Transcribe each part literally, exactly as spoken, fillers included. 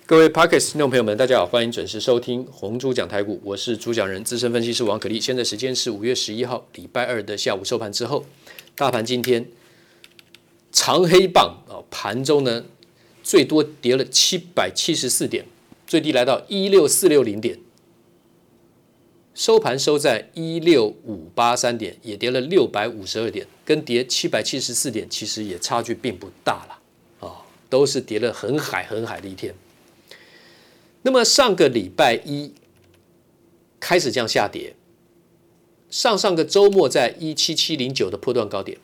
各位 Podcast 听众朋友们，大家好，欢迎准时收听红猪讲台股，我是主讲人资深分析师王可立。现在时间是五月十一号礼拜二的下午收盘之后，大盘今天长黑棒啊，盘中呢最多跌了七百七十四点，最低来到一六四六零点，收盘收在一六五八三点，也跌了六百五十二点，跟跌七百七十四点其实也差距并不大了啊、哦，都是跌了很海很海的一天。那么上个礼拜一开始这样下跌，上上个周末在一七七零九的波段高点，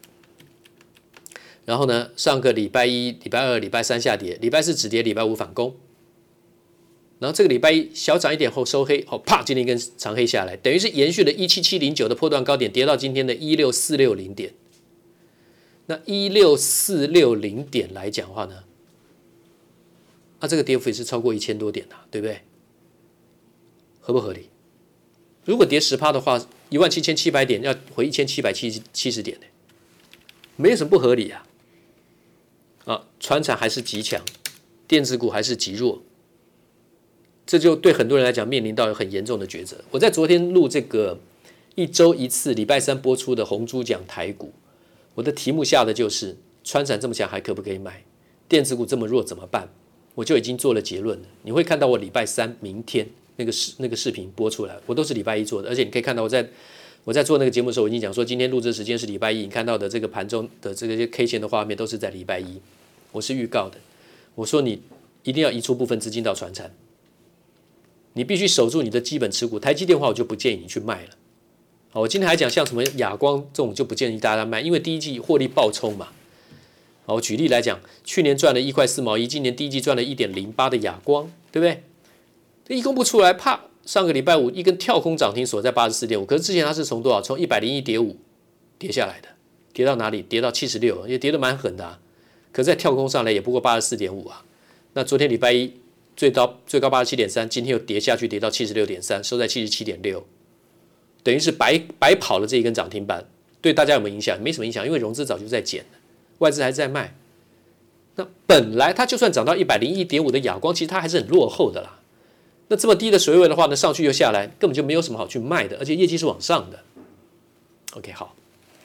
然后呢，上个礼拜一、礼拜二、礼拜三下跌，礼拜四止跌，礼拜五反攻，然后这个礼拜一小涨一点后收黑，哦，啪，今天一根长黑下来，等于是延续了一七七零九的波段高点，跌到今天的一六四六零点。那一六四六零点来讲的话呢？那、啊、这个跌幅也是超过一千多点啊，对不对？合不合理？如果跌 百分之十 的话，一万七千七百点要回一千七百七十点呢，没有什么不合理啊。啊，传产还是极强，电子股还是极弱，这就对很多人来讲面临到很严重的抉择。我在昨天录这个一周一次礼拜三播出的红猪讲台股，我的题目下的就是传产这么强还可不可以买？电子股这么弱怎么办？我就已经做了结论了，你会看到我礼拜三明天那个视那个视频播出来，我都是礼拜一做的，而且你可以看到我在我在做那个节目的时候，我已经讲说今天录制时间是礼拜一，你看到的这个盘中的这个 K 线的画面都是在礼拜一，我是预告的，我说你一定要移出部分资金到传产，你必须守住你的基本持股，台积电的话我就不建议你去卖了。好，我今天还讲像什么亚光这种就不建议大家卖，因为第一季获利暴冲嘛。好，我举例来讲，去年赚了一块四毛一，今年第一季赚了一点零八的亚光，对不对？这一公布出来，啪，上个礼拜五一根跳空涨停锁在八十四点五，可是之前它是从多少？从一百零一点五跌下来的，跌到哪里？跌到七十六，也跌得蛮狠的啊。可是在跳空上来也不过八十四点五啊。那昨天礼拜一最高最高八十七点三，今天又跌下去，跌到七十六点三，收在七十七点六，等于是白白跑了这一根涨停板。对大家有没有影响？没什么影响，因为融资早就在减了。外资还是在卖，那本来它就算涨到一百零一点五的亚光，其实它还是很落后的啦。那这么低的水位的话呢，上去又下来，根本就没有什么好去卖的，而且业绩是往上的。OK， 好，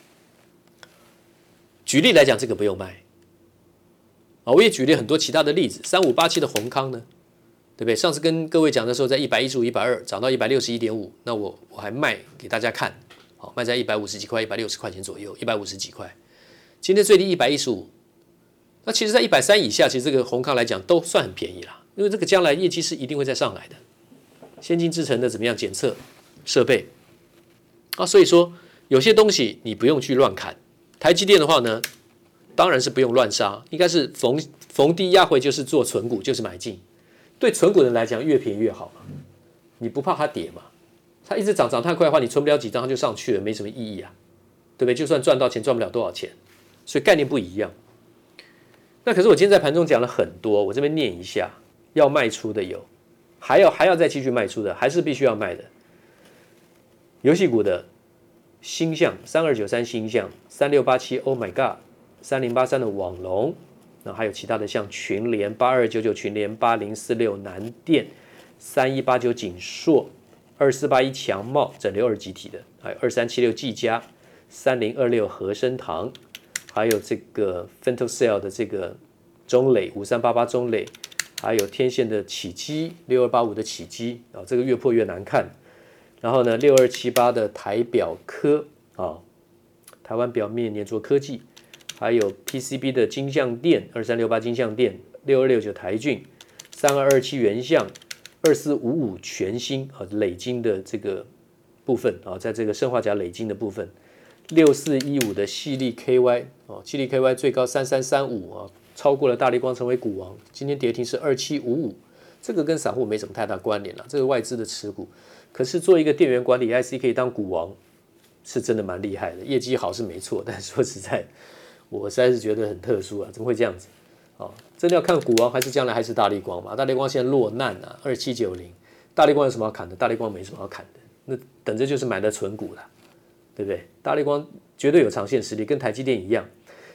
举例来讲，这个不用卖啊。我也举例很多其他的例子，三五八七的宏康呢，对不对？上次跟各位讲的时候，在一百一十五、一百二涨到一百六十一点五，那我我还卖给大家看，好，卖在一百五十几块、一百六十块钱左右，一百五十几块。今天最低一百一十五，那其实在一百三以下，其实这个宏康来讲都算很便宜啦，因为这个将来业绩是一定会再上来的。先进制程的怎么样检测设备啊，所以说有些东西你不用去乱砍。台积电的话呢，当然是不用乱杀，应该是逢逢低压回就是做存股，就是买进。对存股人来讲，越便宜越好嘛，你不怕它跌嘛？它一直涨涨太快的话，你存不了几张它就上去了，没什么意义啊，对不对？就算赚到钱，赚不了多少钱。所以概念不一样。那可是我今天在盘中讲了很多，我这边念一下，要卖出的有，还要还要再继续卖出的，还是必须要卖的。游戏股的星象三二九三星象三六八七 Oh my God 三零八三的网龙，那还有其他的像群联八二九九群联八零四六南电三一八九锦硕二四八一强茂整流二极体的，还有二三七六技嘉三零二六和生堂。还有这个 Fentocell 的这个中磊五三八八中磊，还有天线的启基六二八五的启基啊，这个越破越难看。然后呢，六二七八的台表科啊，台湾表面粘着科技，还有 P C B 的金像电二三六八金像电六二六九台骏三二二七原相二四五五全新啊，磊晶的这个部分啊，在这个砷化钾磊晶的部分。六四一五的细粒 K Y 哦，细粒 K Y 最高三三三五啊，超过了大立光成为股王。今天跌停是二七五五，这个跟散户没什么太大关联了，这个外资的持股。可是做一个电源管理 I C 可以当股王，是真的蛮厉害的，业绩好是没错，但说实在，我实在是觉得很特殊啊，怎么会这样子？哦，真的要看股王还是将来还是大立光嘛？大立光现在落难啊，二七九零，大立光有什么好砍的？大立光没什么好砍的，那等着就是买的存股了。对不对？大立光绝对有长线实力，跟台积电一样。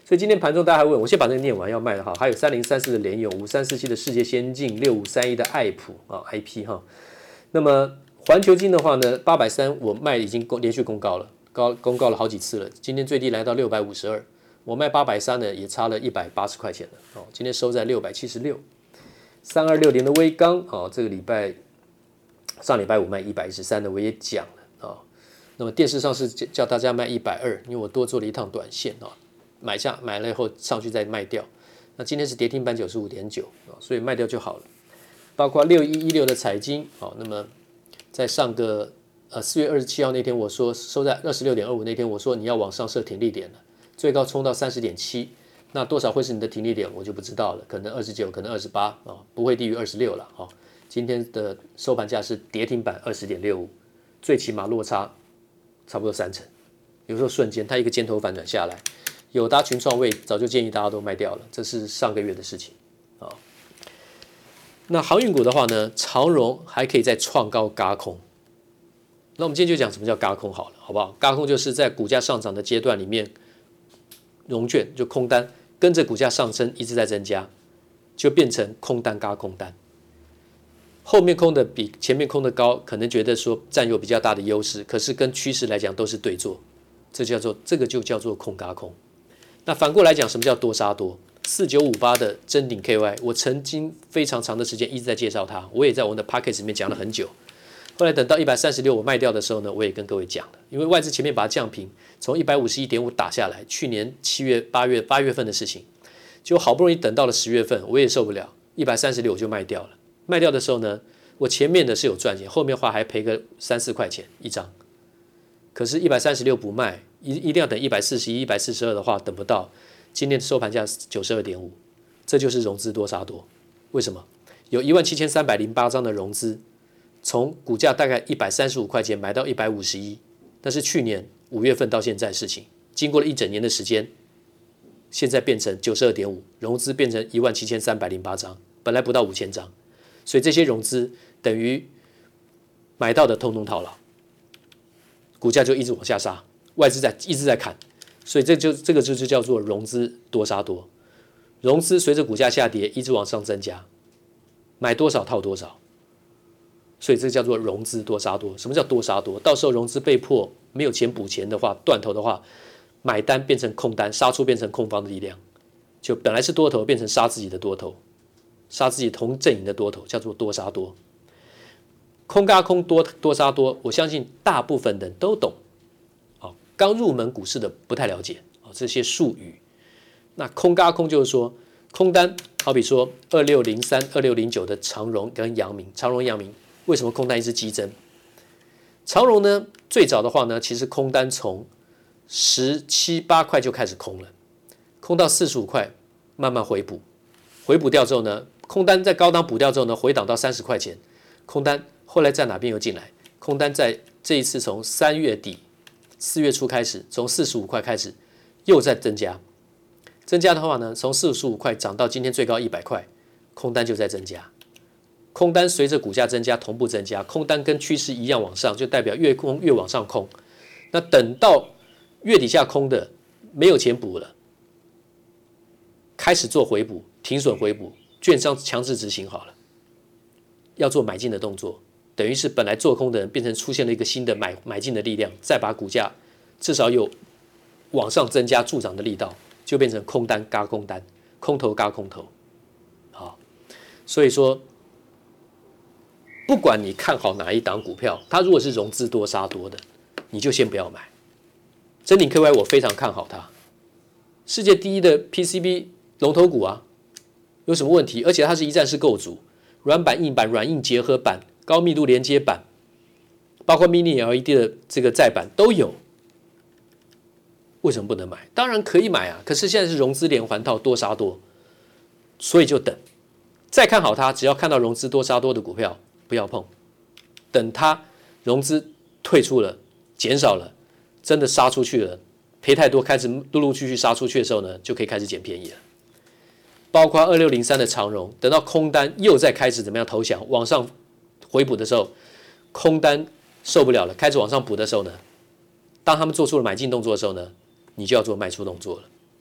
所以今天盘中大家还问我，先把这个念完要卖的哈，还有三零三四的联咏、五三四七的世界先进、六五三一的爱普啊 I P 哈。那么环球金的话呢，八百三我卖已经连续公告了，高公告了好几次了，今天最低来到六百五十二，我卖八百三呢也差了一百八十块钱了哦，今天收在六百七十六。三二六零的威刚哦，这个礼拜上礼拜五卖一百一十三的我也讲了啊、哦，那么电视上是叫大家卖一百二，因为我多做了一趟短线啊、哦，买下买了以后上去再卖掉。那今天是跌停板九十五点九，所以卖掉就好了。包括六一一六的彩晶，好，那么在上个呃四月二十七号那天，我说收在二十六点二五那天，我说你要往上设停利点了，最高冲到三十点七，那多少会是你的停利点，我就不知道了，可能二十九，可能二十八啊，不会低于二十六了哈。今天的收盘价是跌停板二十点六五，最起码落差差不多三成，有时候瞬间它一个尖头反转下来。友达、群创、位早就建议大家都卖掉了，这是上个月的事情啊。那航运股的话呢，长荣还可以再创高轧空。那我们今天就讲什么叫轧空好了，好不好？轧空就是在股价上涨的阶段里面，融券就空单跟着股价上升一直在增加，就变成空单轧空单。后面空的比前面空的高，可能觉得说占有比较大的优势，可是跟趋势来讲都是对做，这叫做这个就叫做空轧空。那反过来讲，什么叫多杀多？四九五八的臻鼎 K Y， 我曾经非常长的时间一直在介绍它，我也在我们的 Podcast 里面讲了很久。后来等到一百三十六我卖掉的时候呢，我也跟各位讲了，因为外资前面把它降平，从一百五十一点五打下来，去年七月、八月、八月份的事情，就好不容易等到了十月份，我也受不了，一百三十六我就卖掉了。卖掉的时候呢，我前面的是有赚钱，后面的话还赔个三四块钱一张。可是，一百三十六不卖，一一定要等一百四十一、一百四十二的话，等不到。今天的收盘价九十二点五，这就是融资多杀多。为什么？有一万七千三百零八张的融资，从股价大概一百三十五块钱买到一百五十一，那是去年五月份到现在的事情，经过了一整年的时间，现在变成九十二点五，融资变成一万七千三百零八张，本来不到五千张，所以这些融资等于买到的通通套牢。股价就一直往下杀，外资在一直在砍，所以这就这个就就叫做融资多杀多。融资随着股价下跌一直往上增加，买多少套多少，所以这叫做融资多杀多。什么叫多杀多？到时候融资被迫没有钱补钱的话，断头的话，买单变成空单，杀出变成空方的力量，就本来是多头变成杀自己的多头，杀自己同阵营的多头，叫做多杀多。空轧空多多杀多，我相信大部分人都懂。哦，刚入门股市的不太了解哦这些术语。那空轧空就是说，空单好比说二六零三、二六零九的长荣跟阳明，长荣、阳明为什么空单一直激增？长荣呢，最早的话呢，其实空单从十七八块就开始空了，空到四十五块，慢慢回补，回补掉之后呢，空单在高档补掉之后呢，回档到三十块钱，空单。后来在哪边又进来？空单在这一次从三月底、四月初开始，从四十五块开始又在增加。增加的话呢，从四十五块涨到今天最高一百块，空单就在增加。空单随着股价增加同步增加，空单跟趋势一样往上，就代表越空越往上空。那等到月底下空的没有钱补了，开始做回补、停损回补，券商强制执行好了，要做买进的动作。等于是本来做空的人变成出现了一个新的买买进的力量，再把股价至少有往上增加助涨的力道，就变成空单轧空单，空头轧空头。好，所以说不管你看好哪一档股票，它如果是融资多杀多的，你就先不要买。臻鼎 K Y 我非常看好它，世界第一的 P C B 龙头股啊，有什么问题？而且它是一站式构筑，软板、硬板、软硬结合板。高密度连接板，包括 Mini L E D 的这个载板都有，为什么不能买？当然可以买啊，可是现在是融资连环套多杀多，所以就等。再看好它，只要看到融资多杀多的股票，不要碰。等它融资退出了、减少了，真的杀出去了，赔太多，开始陆陆续续杀出去的时候呢，就可以开始捡便宜了。包括二六零三的长荣，等到空单又再开始怎么样投降，往上回补的时候，空单受不了了，开始往上补的时候呢，当他们做出了买进动作的时候呢，你就要做卖出动作了。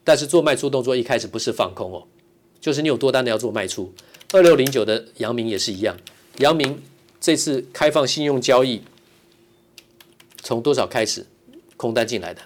但是做卖出动作一开始不是放空哦，就是你有多单的要做卖出。二六零九的阳明也是一样，阳明这次开放信用交易，从多少开始空单进来的？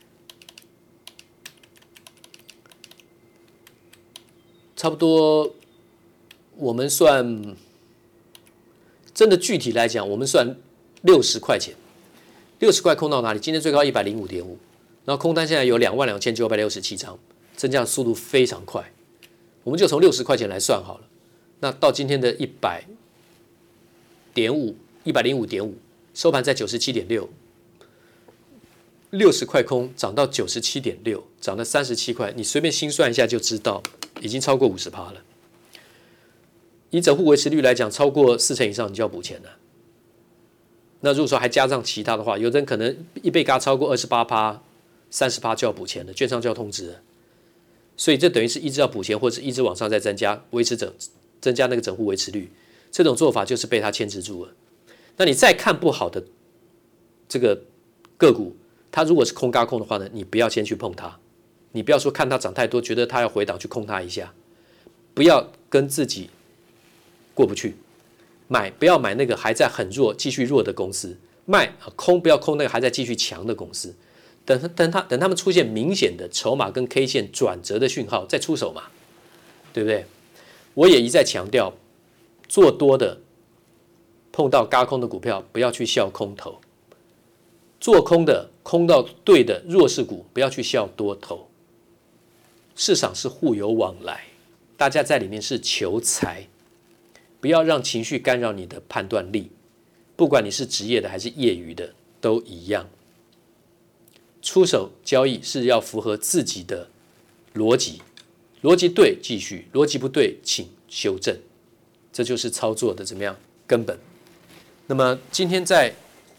差不多，我们算真的具体来讲，我们算六十块钱，六十块空到哪里？今天最高一百零五点五，然后空单现在有两万两千九百六十七张，增加的速度非常快。我们就从六十块钱来算好了，那到今天的一百点五，一百零五点五，收盘在九十七点六，六十块空涨到九十七点六，涨了三十七块，你随便心算一下就知道。已经超过 百分之五十 了，以整户维持率来讲，超过四成以上你就要补钱了。那如果说还加上其他的话，有的人可能一被嘎超过 百分之二十八、三十 就要补钱了，券商就要通知了。所以这等于是一直要补钱，或者是一直往上再增加，维持整增加那个整户维持率。这种做法就是被它牵制住了。那你再看不好的这个个股，它如果是空嘎空的话呢，你不要先去碰它。你不要说看它涨太多，觉得它要回档去空它一下，不要跟自己过不去。买不要买那个还在很弱、继续弱的公司，卖空不要空那个还在继续强的公司。等等它等他们出现明显的筹码跟 K 线转折的讯号再出手嘛，对不对？我也一再强调，做多的碰到軋空的股票，不要去笑空头；做空的空到对的弱势股，不要去笑多头。市场是互有往来，大家在里面是求财，不要让情绪干扰你的判断力。不管你是职业的还是业余的，都一样。出手交易是要符合自己的逻辑，逻辑对继续，逻辑不对请修正，这就是操作的怎么样根本。那么今天在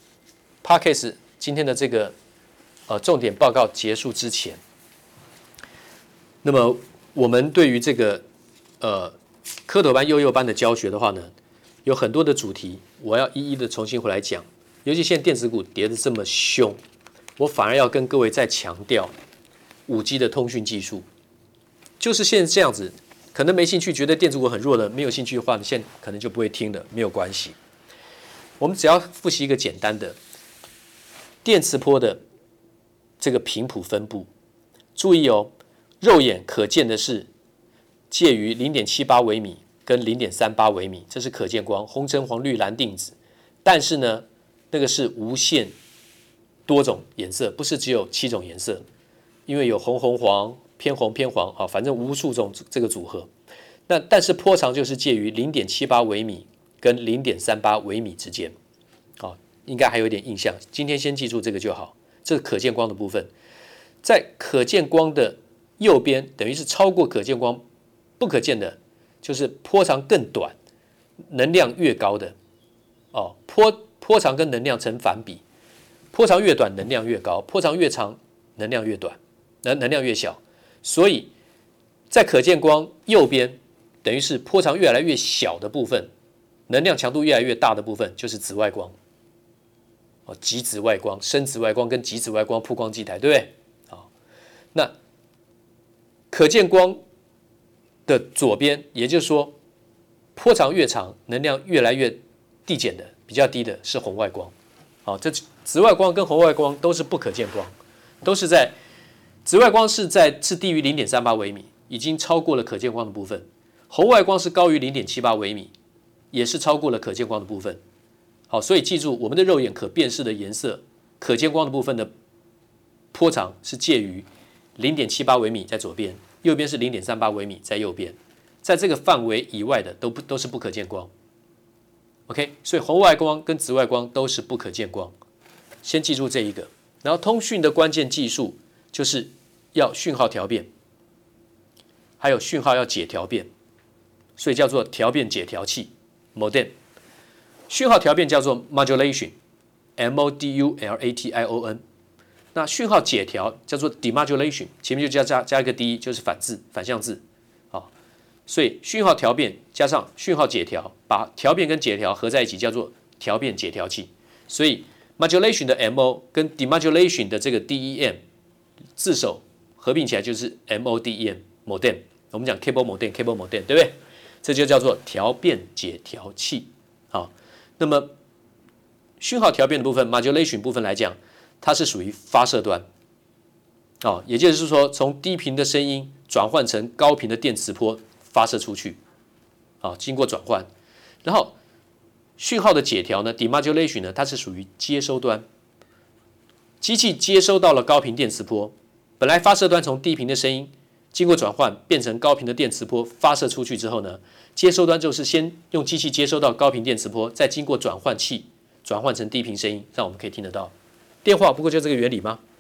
Podcast 今天的这个呃重点报告结束之前。那么我们对于这个呃科头班、幼幼班的教学的话呢，有很多的主题，我要一一的重新回来讲。尤其现在电子股跌得这么凶，我反而要跟各位再强调 五 G 的通讯技术，就是现在这样子。可能没兴趣，觉得电子股很弱的，没有兴趣的话，你现在可能就不会听了，没有关系。我们只要复习一个简单的电磁波的这个频谱分布，注意哦。肉眼可见的是介于 零点七八 微米跟 零点三八 微米，这是可见光，红橙黄绿蓝靛紫。但是呢，那个是无限多种颜色，不是只有七种颜色，因为有红红黄、偏红偏黄啊，反正无数种这个组合。那但是波长就是介于 零点七八 微米跟 零点三八 微米之间，啊，应该还有点印象。今天先记住这个就好，这是可见光的部分，在可见光的右边等于是超过可见光，不可见的就是波长更短、能量越高的哦。波波长跟能量成反比，波长越短能量越高，波长越长能量越短，能能量越小。所以在可见光右边等于是波长越来越小的部分，能量强度越来越大的部分就是紫外光哦，极紫外光、深紫外光跟极紫外光曝光机台，对不对？好，那可见光的左边，也就是说，波长越长，能量越来越递减的，比较低的是红外光。好，这紫外光跟红外光都是不可见光，都是在紫外光是在是低于 零点三八 微米，已经超过了可见光的部分；红外光是高于 零点七八 微米，也是超过了可见光的部分。好，所以记住，我们的肉眼可辨识的颜色，可见光的部分的波长是介于 零点七八 微米在左边，右边是 零点三八 微米在右边，在这个范围以外的都不都是不可见光。OK， 所以红外光跟紫外光都是不可见光，先记住这一个。然后通讯的关键技术就是要讯号调变，还有讯号要解调变，所以叫做调变解调器 modem。讯号调变叫做 modulation，M O D U L A T I O N。那讯号解调叫做 demodulation， 前面就加加加一个 d， 就是反字反向字，好，所以讯号调变加上讯号解调，把调变跟解调合在一起叫做调变解调器。所以 modulation 的 M O 跟 demodulation 的这个 D E M 字首合并起来就是 M O D E M modem。我们讲 cable modem cable modem 对不对？这就叫做调变解调器。好，那么讯号调变的部分 modulation 部分来讲，它是属于发射端。哦，也就是说，从低频的声音转换成高频的电磁波发射出去，啊、哦，经过转换，然后讯号的解调呢 ，demodulation 呢，它是属于接收端，机器接收到了高频电磁波，本来发射端从低频的声音经过转换变成高频的电磁波发射出去之后呢，接收端就是先用机器接收到高频电磁波，再经过转换器转换成低频声音，让我们可以听得到。电话不过就这个原理吗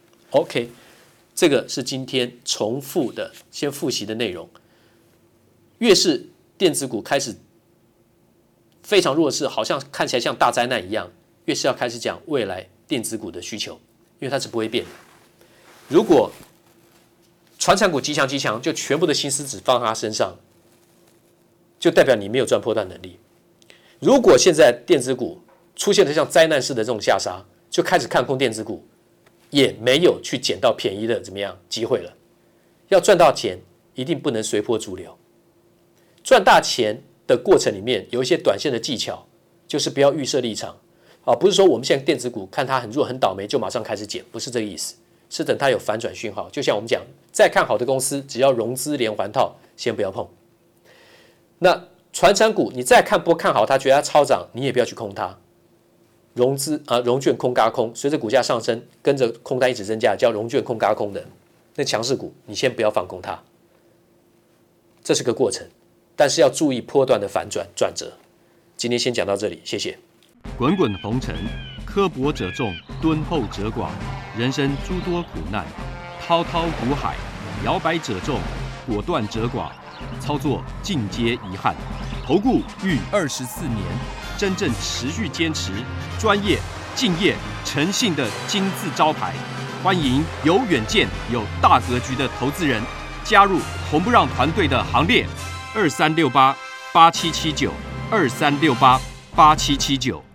？OK。这个是今天重复的先复习的内容。越是电子股开始非常弱势，好像看起来像大灾难一样，越是要开始讲未来电子股的需求，因为它是不会变的。如果传产股极强极强，就全部的心思只放在它身上，就代表你没有赚波段能力。如果现在电子股出现了像灾难式的这种下杀，就开始看空电子股。也没有去捡到便宜的怎么样机会了。要赚到钱，一定不能随波逐流。赚大钱的过程里面有一些短线的技巧，就是不要预设立场啊，不是说我们现在电子股看它很弱很倒霉就马上开始减，不是这个意思，是等它有反转讯号。就像我们讲，再看好的公司，只要融资连环套，先不要碰。那传产股，你再看不看好它，觉得它超涨，你也不要去空它。融资啊，融券空轧空，随着股价上升，跟着空单一直增加，叫融券空轧空的那强势股，你先不要放空它，这是个过程，但是要注意波段的反转转折。今天先讲到这里，谢谢。 滚滚红尘，刻薄者众，敦厚者寡，人生诸多苦难，滔滔苦海，摇摆者众，果断者寡，操作尽皆遗憾。投顾逾二十四年。真正持续坚持、专业、敬业、诚信的金字招牌，欢迎有远见、有大格局的投资人加入红不让团队的行列。二三六八八七七九，二三六八八七七九。